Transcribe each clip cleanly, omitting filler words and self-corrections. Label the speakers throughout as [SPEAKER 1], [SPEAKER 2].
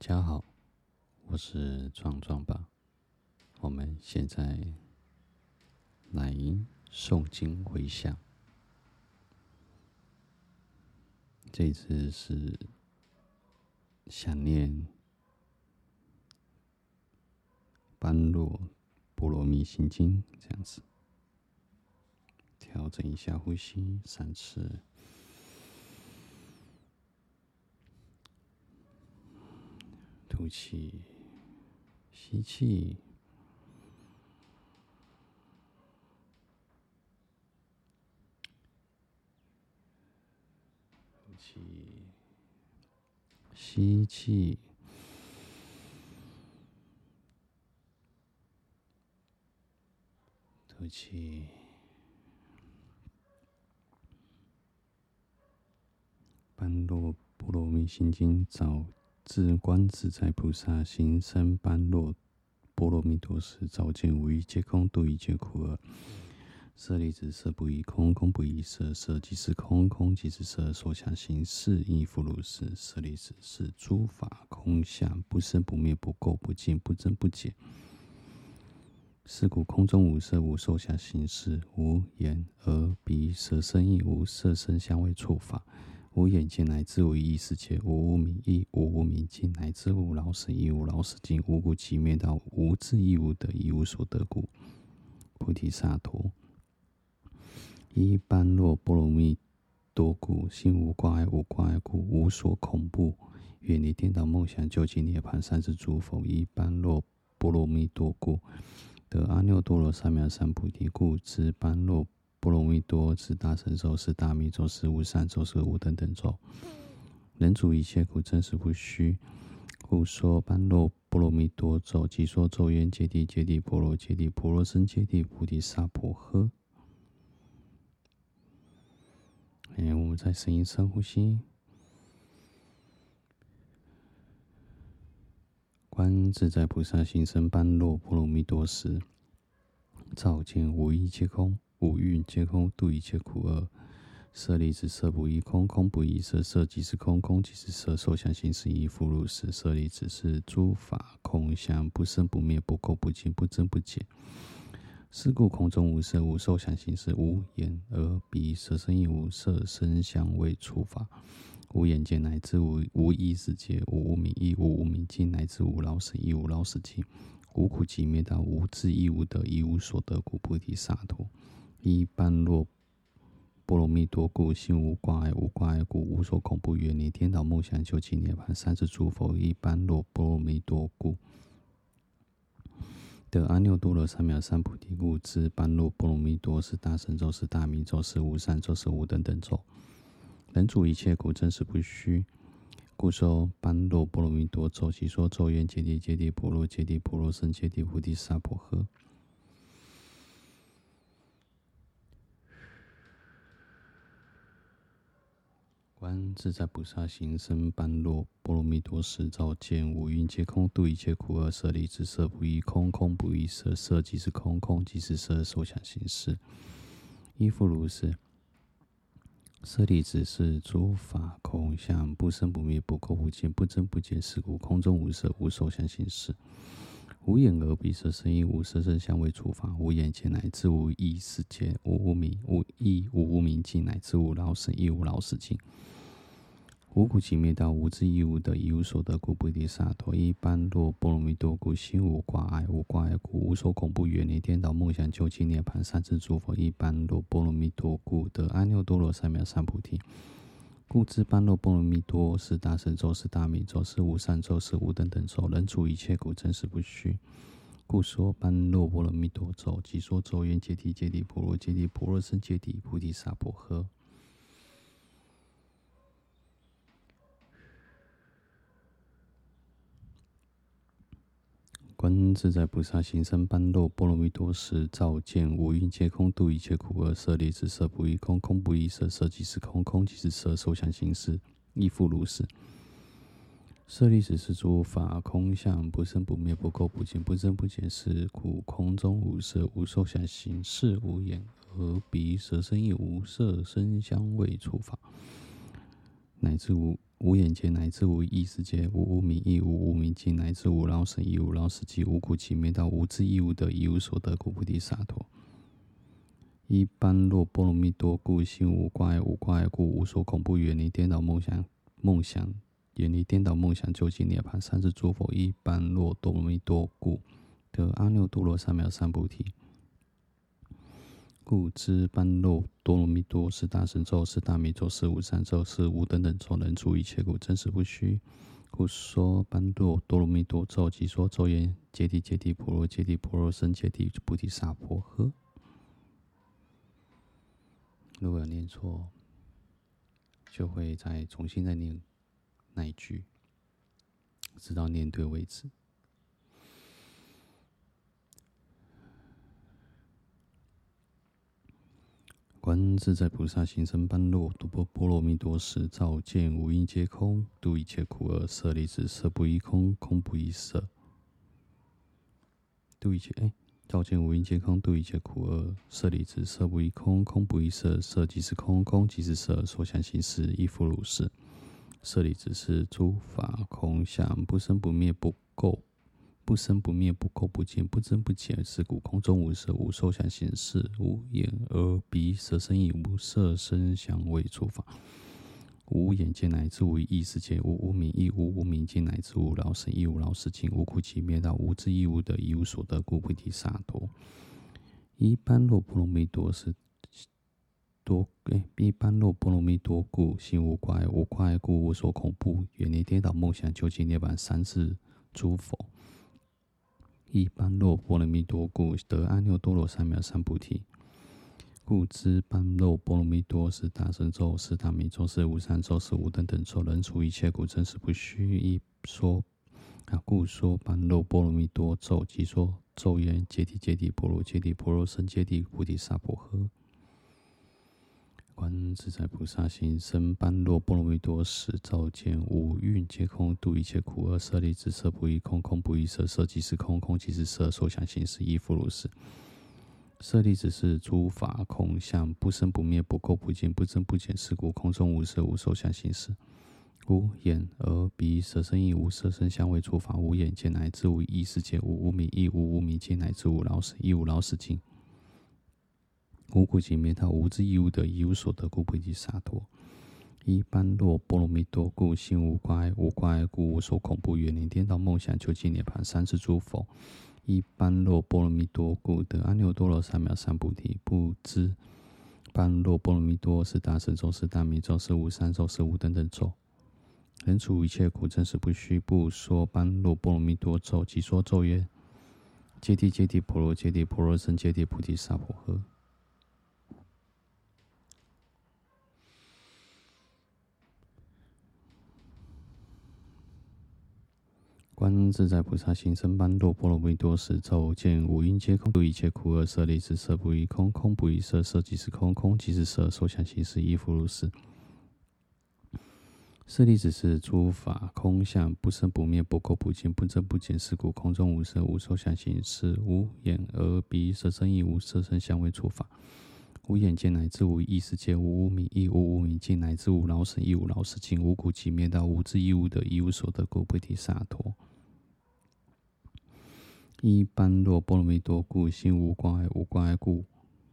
[SPEAKER 1] 大家好，我是壮壮爸。我们现在来诵经回向，这次是想念般若波罗蜜心经，这样子调整一下呼吸3次，吐气，吸气，吐气，吸气，吐气。般若波罗蜜心经找至观自在菩萨行深般若波罗蜜多时，照见五欲皆空，度一切苦厄。舍利子，色不异空，空不异色，色即是空，空即是色，所想行识亦复如是。舍利子，是诸法空相，不生不灭，不垢不净，不增不减。是故空中无色，无受想行识，无眼耳鼻舌身意，无色声香味触法，无眼见，乃至无意识界，无无明亦无无明尽，乃至无老死亦无老死尽，无故寂灭道，无智亦无得，亦无所得故。菩提萨埵，依般若波罗蜜多故，心无挂碍，无挂碍故，无所恐怖，远离颠倒梦想，究竟涅槃，三世诸佛。依般若波罗蜜多故，得阿耨多罗三藐三菩提。故知般若波罗蜜多是大神咒，是大密咒，是无上咒，是无等等咒，能除一切苦，真实不虚。故说般若波罗蜜多咒，即说咒曰：揭谛揭谛波罗揭谛，波罗僧揭谛，菩提萨婆诃。我们再深一深呼吸，观自在菩萨行深般若波罗蜜多时，照见五欲皆空，五蕴皆空，度一切苦厄。舍利子，色不异空，空不异色，色即是空，空即是色，受想行识亦复如是。舍利子，是诸法空相，不生不灭，不垢不净，不增不减。是故空中无色，无受想行识，无眼耳鼻舌身意，无色声香味触法，无眼见，乃至无意识界，无无明亦无无明尽，乃至无老死亦无老死尽，无苦集灭道，无智亦无得，亦无所得故。菩提萨埵，依般若波罗蜜多故，心无挂碍，无挂碍故，无所恐怖，远离颠倒梦想，究竟涅槃，三世诸佛。依般若波罗蜜多故，得阿耨多罗三藐三菩提。故知般若波罗蜜多是大神咒，是大密咒，是无上咒，是无等等咒，能除一切苦，真实不虚。故说般若波罗蜜多咒，即说咒曰：揭谛揭谛波罗揭谛，波罗僧揭谛，菩提萨婆诃。观自在菩萨行深般若波罗蜜多时，照见五蕴皆空，度一切苦厄。舍利子，色不异空，空不异色，色即是空，空即是色，受想行识亦复如是。舍利子，是诸法空相，不生不灭，不垢不净，不增不减。是故空中无色，无受想行识，无眼耳鼻舌身意，无色声香味触法，无眼见，乃至无意识界，无无明亦无无明尽，乃至无老死亦无老死尽，无苦集灭道，无智亦无得，亦无所得故。菩提萨埵，依般若波罗蜜多故，心无挂碍，无挂碍故，无所恐怖，远离颠倒梦想，究竟涅槃，三世诸佛。依般若波罗蜜多故，得阿耨多罗三藐三菩提。故知般若波罗蜜多是大神咒，是大密咒，是无上咒，是无等等咒，能除一切苦，真实不虚。故说般若波罗蜜多咒，即说咒曰：揭谛揭谛波罗揭谛，波罗僧揭谛，菩提萨婆诃。观自在菩萨行深般若波罗蜜多时，照见五蕴皆空，度一切苦厄。舍利子，色不异空，空不异色，色即是空，空即是色，受想行识亦复如是。舍利子，是诸法空相，不生不灭，不垢不净，不增不减。是故空中无色，无受想行识，无眼耳鼻舌身意，无色声香味触法，乃至无无眼界乃至无意识界，无无明亦无无明尽，乃至无老死亦无老死尽，无苦集灭道，无智亦无得，亦无所得故，菩提萨埵。一般若波罗蜜多故，心无挂碍，无挂碍故，无所恐怖，远离颠倒梦想，远离颠倒梦想，究竟涅槃，三世诸佛一般若波罗蜜多故，得阿耨多罗三藐三菩提。故知般若多罗蜜多是大神咒，是大密咒，是无上咒，是无等等咒，能除一切苦，真实不虚。故说般若多罗蜜多咒，即说咒言：揭谛揭谛婆罗揭谛婆罗僧揭谛菩提萨婆诃。如果有念错，就会再重新再念那一句，直到念对为止。观自在菩萨行深般若波罗蜜多时，照见五蕴皆空，度一切苦厄。舍利子，色不异空，空不异色。照见五蕴皆空，度一切苦厄。舍利子，色不异空，空不异色。色即是空，空即是色，所想行识亦复如是。舍利子，是诸法空相，不生不灭，不垢。不生不灭，不垢不净，不增不减，是故空中无色，无受想行识，无眼耳鼻舌身意，无色声香味触法，无眼界乃至无意识界，无无明亦无无明尽，乃至无老死亦无老死尽，无苦集灭道，无智亦无得，亦无所得故，菩提萨埵。一般若波罗蜜多是一般若波罗蜜多故，心无挂碍，无挂碍故，无所恐怖，远离颠倒梦想，究竟涅槃，三世诸佛一般若波罗蜜多故，得阿耨多罗三藐三菩提。故知般若波罗蜜多是大神咒，是大密咒，是无上咒，是无等等咒，能除一切苦，真实不虚。故说般若波罗蜜多咒，即说咒言：揭谛揭谛婆罗揭谛婆罗僧揭谛菩提萨婆诃。观自在菩萨行深般若波罗蜜多时，照见五蕴皆空，度一切苦厄。舍利子，色不异空，空不异色。色即是空，空即是色，所想行识亦复如是。舍利子，是诸法空相，不生不灭，不垢不净，不增不减，是故空中无色，无受想行识，无眼耳鼻舌身意，无色声香味触法，无眼界乃至无意识界，无无明亦无无明尽，乃至无老死亦无老死尽，无苦集灭道，无智亦无得，亦无所得故，菩提萨埵。一般若波罗蜜多故，心无挂碍，无挂碍故，无所恐怖，远离颠倒梦想，究竟涅槃，三世诸佛一般若波罗蜜多故，得阿耨多罗三藐三菩提。不知般若波罗蜜多是大神咒，是大密咒，是无上咒，是无等等咒，能除一切苦，真实不虚。不说般若波罗蜜多咒，即说咒曰：揭谛揭谛婆罗揭谛婆罗僧揭谛菩提萨婆诃。观自在菩萨行深般若波罗蜜多时，照见五蕴皆空，度一切苦厄。舍利子，色不异空，空不异色。色即是空，空即是色，所想行识亦复如是。舍利子，是诸法空相，不生不灭，不垢不净，不增不减，是故空中无色，无受想行识，无眼耳鼻舌身意，无色声香味触法，无眼界乃至无意识界，无无明亦无无明尽，乃至无老死亦无老死尽，无苦集灭道，无智亦无得，亦无所得故，菩提萨埵。一般若波罗蜜多故，心无挂碍，无挂碍故，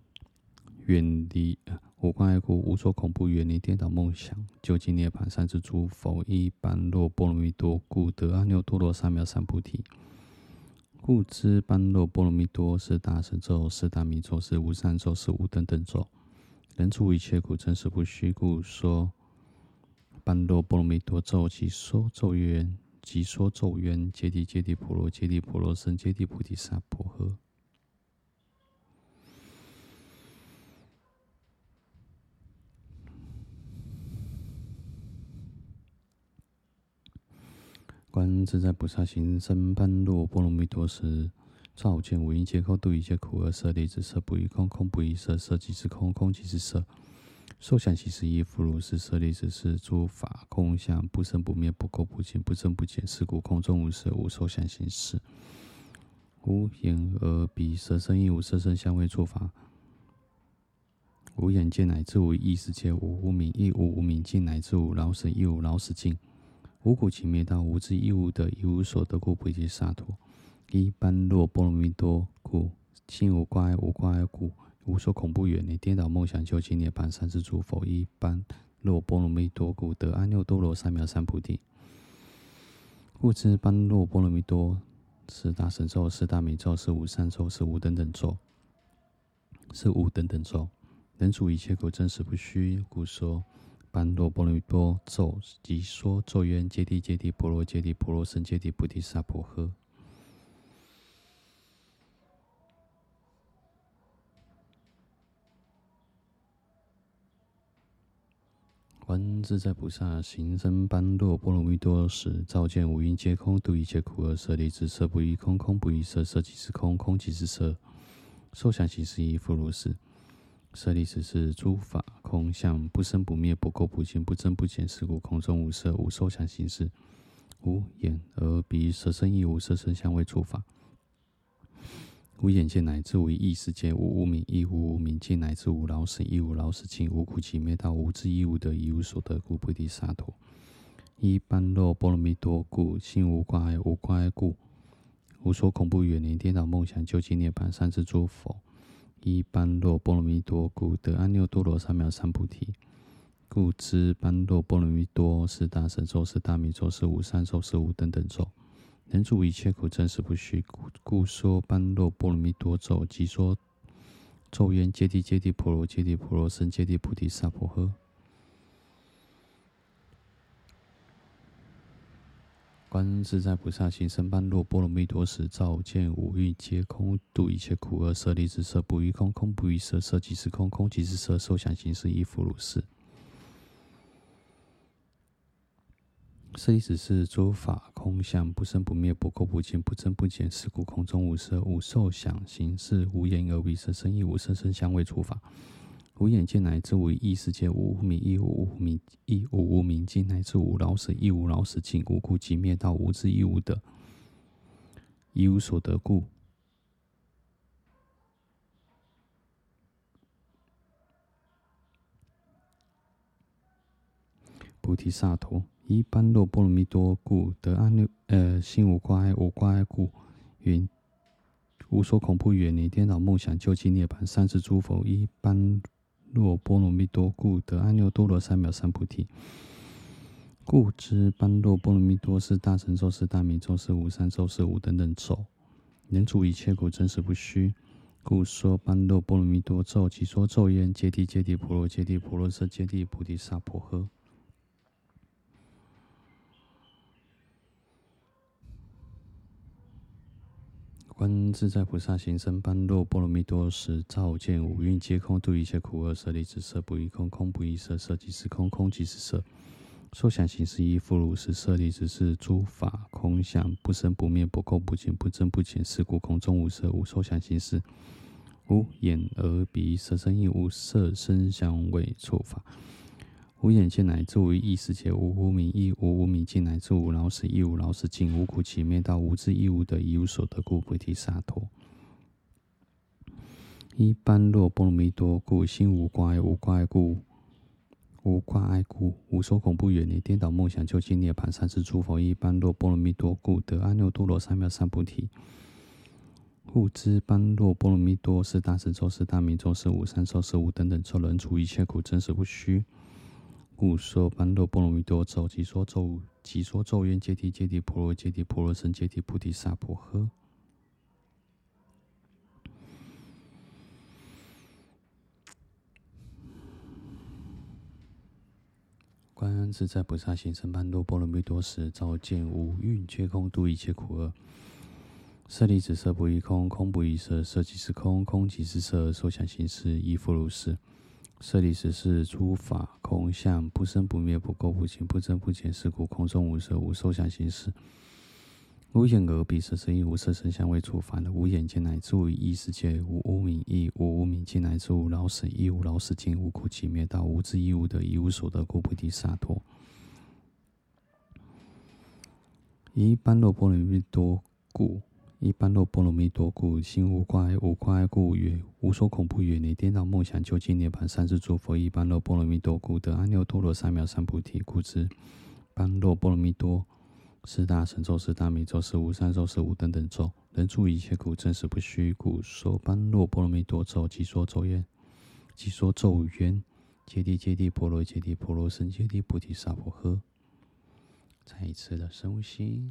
[SPEAKER 1] 无所恐怖，远离颠倒梦想，究竟涅槃，三世诸佛一般若波罗蜜多故，得阿耨多罗三藐三菩提。故知般若波罗蜜多是大神咒，是大密咒，是无上咒，是无等等咒，能除一切苦，真实不虚。故说般若波罗蜜多咒，即说咒曰：即说咒曰：揭谛揭谛婆罗揭谛婆罗僧揭谛菩提萨婆诃。观自在菩萨行深般若波罗蜜多时，照见五蕴皆空，度一切苦厄。舍利子，色不异空，空不异色。色即是空，空即是色，受想行识亦复如是。舍利子，是诸法空相，不生不灭，不垢不净，不增不减，是故空中无色，无受想行识，无眼耳鼻舌身意，无色声香味触法， 无眼界乃至无异世界，无无明，亦无无明尽，乃至无老死，亦无老死尽。无苦集灭道，无智亦无得，一无所得故，菩提萨埵。一般若波罗蜜多故，心无挂碍，无挂碍故，无所恐怖远离颠倒梦想究竟涅槃，三世诸佛一般若波罗蜜多故，得阿耨多罗三藐三菩提。故知般若波罗蜜多是大神咒，是大明咒，是无上咒，是无等等咒，是无等等咒，能除一切苦，真实不虚。故说般若波罗蜜多咒，即说咒曰：揭谛揭谛婆罗揭谛婆罗僧揭谛菩提萨婆诃。观自在菩萨行深般若波罗蜜多时，照见五蕴皆空，度一切苦厄。舍利子，色不异空，空不异色，色即是空，空即是色，受想行识亦复如是。舍利子，是诸法空相，不生不灭，不垢不净，不增不减，是故空中无色，无受想行识，无眼耳鼻舌身意，无色声香味触法。无眼界乃至无异世界，无无明，亦无无明尽，乃至无老死，亦无老死尽。无苦集灭道，无智亦无得，一无所得故，菩提萨埵。一般若波罗蜜多故，心无挂碍，无挂碍故，无所恐怖远离颠倒梦想究竟涅槃，三世诸佛一般若波罗蜜多故，得阿耨多罗三藐三菩提。故知般若波罗蜜多是大神咒，是大明咒，是无上咒，是无等等咒，能除一切苦，真实不虚。故说般若波罗蜜多咒，即说咒曰：揭谛揭谛婆罗揭谛婆罗僧揭谛菩提萨婆诃。观自在菩萨行深般若波罗蜜多时，照见五蕴皆空，度一切苦厄。舍利子，色不异空，空不异色，色即是空，空即是色，受想行识亦复如是。舍利子，是诸法空相，不生不灭，不垢不净，不增不减，是故空中无色，无受想行识，无眼耳鼻舌身意，无色声香味触法。无眼界乃至无异世界，无无明，亦无无明尽，乃至无老死，亦无老死尽。无苦集灭道，无智亦无得，一无所得故，菩提萨埵。一般若波罗蜜多故，得阿耨心无挂碍，无挂碍故，云无所恐怖远离颠倒梦想究竟涅槃，三世诸佛一般若波罗蜜多故，得阿耨多罗三藐三菩提。故知般若波罗蜜多是大神咒，是大明咒，是无上咒，是无等等咒，能除一切苦，真实不虚。故说般若波罗蜜多咒，即说咒曰：揭谛揭谛婆罗揭谛婆罗僧揭谛菩提萨婆诃。观自在菩萨行深般若波罗蜜多时，照见五蕴皆空，度一切苦厄。舍利子，色不异空，空不异色，色即是空，空即是色，受想行识亦复如是。舍利子，是诸法空相，不生不灭，不垢不净，不增不减，是故空中无色，无受想行识，无眼耳鼻舌身意，无色声香味触法。无眼界乃至无异世界，无无明，亦无无明尽，乃至无老死，亦无老死尽。无苦集灭道，无智亦无得，一无所得故，菩提萨埵。一般若波罗蜜多故，心无挂碍，无挂碍故，无所恐怖远离颠倒梦想究竟涅槃，三世诸佛一般若波罗蜜多故，得阿耨多罗三藐三菩提。故知般若波罗蜜多是大神咒，是大明咒，是无上咒，是无等等咒，能除一切苦，真实不虚。故说般若波罗蜜多咒，即说咒曰：揭谛揭谛婆罗揭谛婆罗僧揭谛菩提萨婆诃。观自在菩萨行深般若波罗蜜多时，照见五蕴皆空，度一切苦厄。舍利子，色不异空，空不异色，色即是空，空即是色，受想行识亦复如是。舍利子，是诸法空相，不生不灭，不垢不净，不增不减，是故空中无色，无受想行识，无眼耳鼻舌身意，无色声香味触法。无眼界乃至无异世界，无无明，亦无无明尽，乃至无老死，亦无老死尽。无苦集灭道，无智亦无得，一无所得故，菩提萨埵。一般若波罗蜜多故， 一般若波罗蜜多故，心无挂碍，无挂碍故，无所恐怖，远离颠倒梦想，究竟涅槃。三世诸佛一般若波罗蜜多故，得阿耨多罗三藐三菩提。故知般若波罗蜜多是大神咒，是大明咒，是无上咒，是无等等咒，能住一切苦，真实不虚。故说般若波罗蜜多咒，即说咒言，即说咒言：揭谛揭谛波罗揭谛波罗僧揭谛菩提萨婆诃。再一次的深呼吸。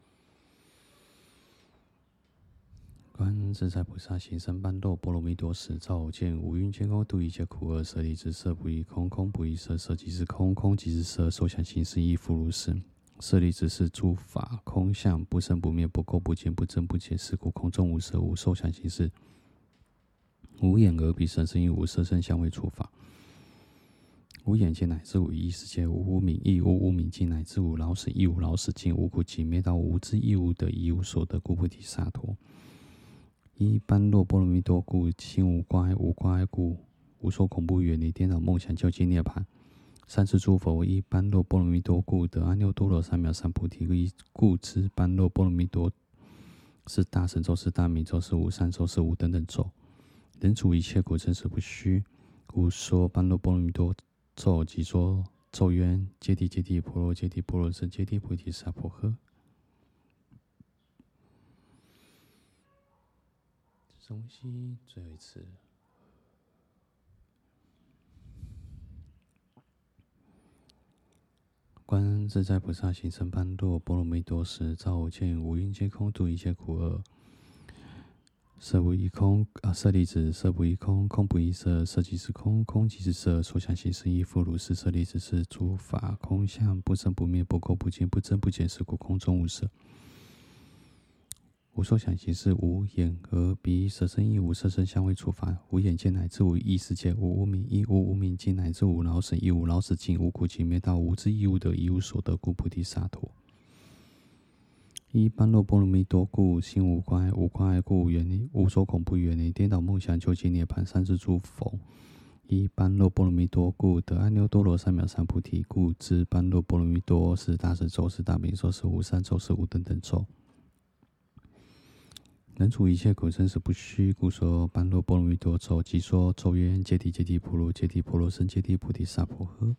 [SPEAKER 1] 观自在菩萨行深般若波罗蜜多时，照见五蕴皆空，度一切苦厄。舍利子，色不异空，空不异色，色即是空，空即是色，受想行识亦复如是。舍利子，是诸法空相，不生不灭，不垢不净，不增不减，是故空中无色，无受想行识，无眼耳鼻舌身意，无色声香味触法，无眼界乃至无意识界，无无明亦无无明尽，乃至无老死亦无老死尽，无苦集灭道，无知亦无得，亦无所得，故菩提萨埵。一般若波罗蜜多故，心无挂碍，无挂碍故，无所恐怖，远离颠倒梦想，究竟涅槃。三世诸佛一般若波罗蜜多故，得阿耨多罗三藐三菩提。故知般若波罗蜜多是大神咒，是大明咒，是无上咒，是无等等咒，能除一切苦，真实不虚。故说般若波罗蜜多咒，即说咒曰：揭谛揭谛波罗揭谛波罗僧揭谛菩提萨婆诃。深呼吸，最后一次。观自在菩萨行深般若波罗蜜多时，照见五蕴皆空，度一切苦厄。色不异空，舍利子，色不异空，空不异色，色即是空，空即是色，受想行识亦复如是。舍利子，是诸法空相，不生不灭，不垢不净，不增不减，是故空中无色。无受想行识，无眼耳鼻舌身意，无色声香味触法，无眼界乃至无意识界，无无明亦无无明尽，乃至无老死亦无老死尽，无苦集灭道，无知亦无得，亦无所得，故菩提萨埵。一般若波罗蜜多故，心无挂碍，无挂碍故，远离无所恐怖，远离颠倒梦想，究竟涅槃。三世诸佛一般若波罗蜜多故，得阿耨多罗三藐三菩提。故知般若波罗蜜多是大神咒，是大明咒，是无上咒，是无等等咒，能除一切苦，真实不虚。故说般若波罗蜜多咒，即说咒曰：揭谛揭谛波罗揭谛波罗僧揭谛菩提萨婆诃。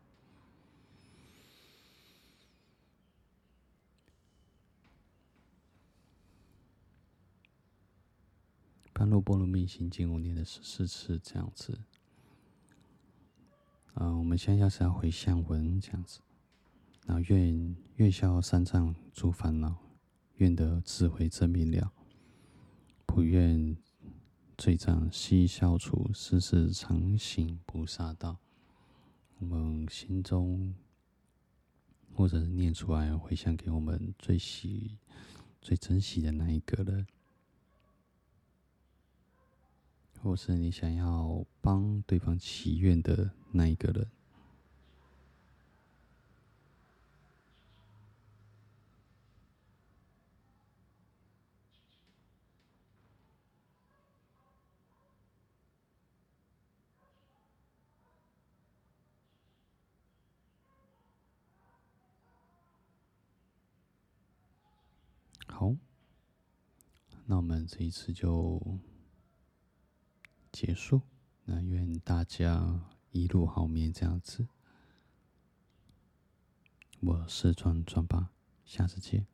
[SPEAKER 1] 般若波罗蜜心经，我念了14次这样子。我们现在是要回向文这样子。然后愿消三障诸烦恼，愿得智慧真明了。普愿罪障悉消除，世世常行菩萨道。我们心中或者是念出来，回向给我们最珍惜的那一个人，或是你想要帮对方祈愿的那一个人。好，那我们这一次就结束。那愿大家一路好眠，这样子。我是转吧，下次见。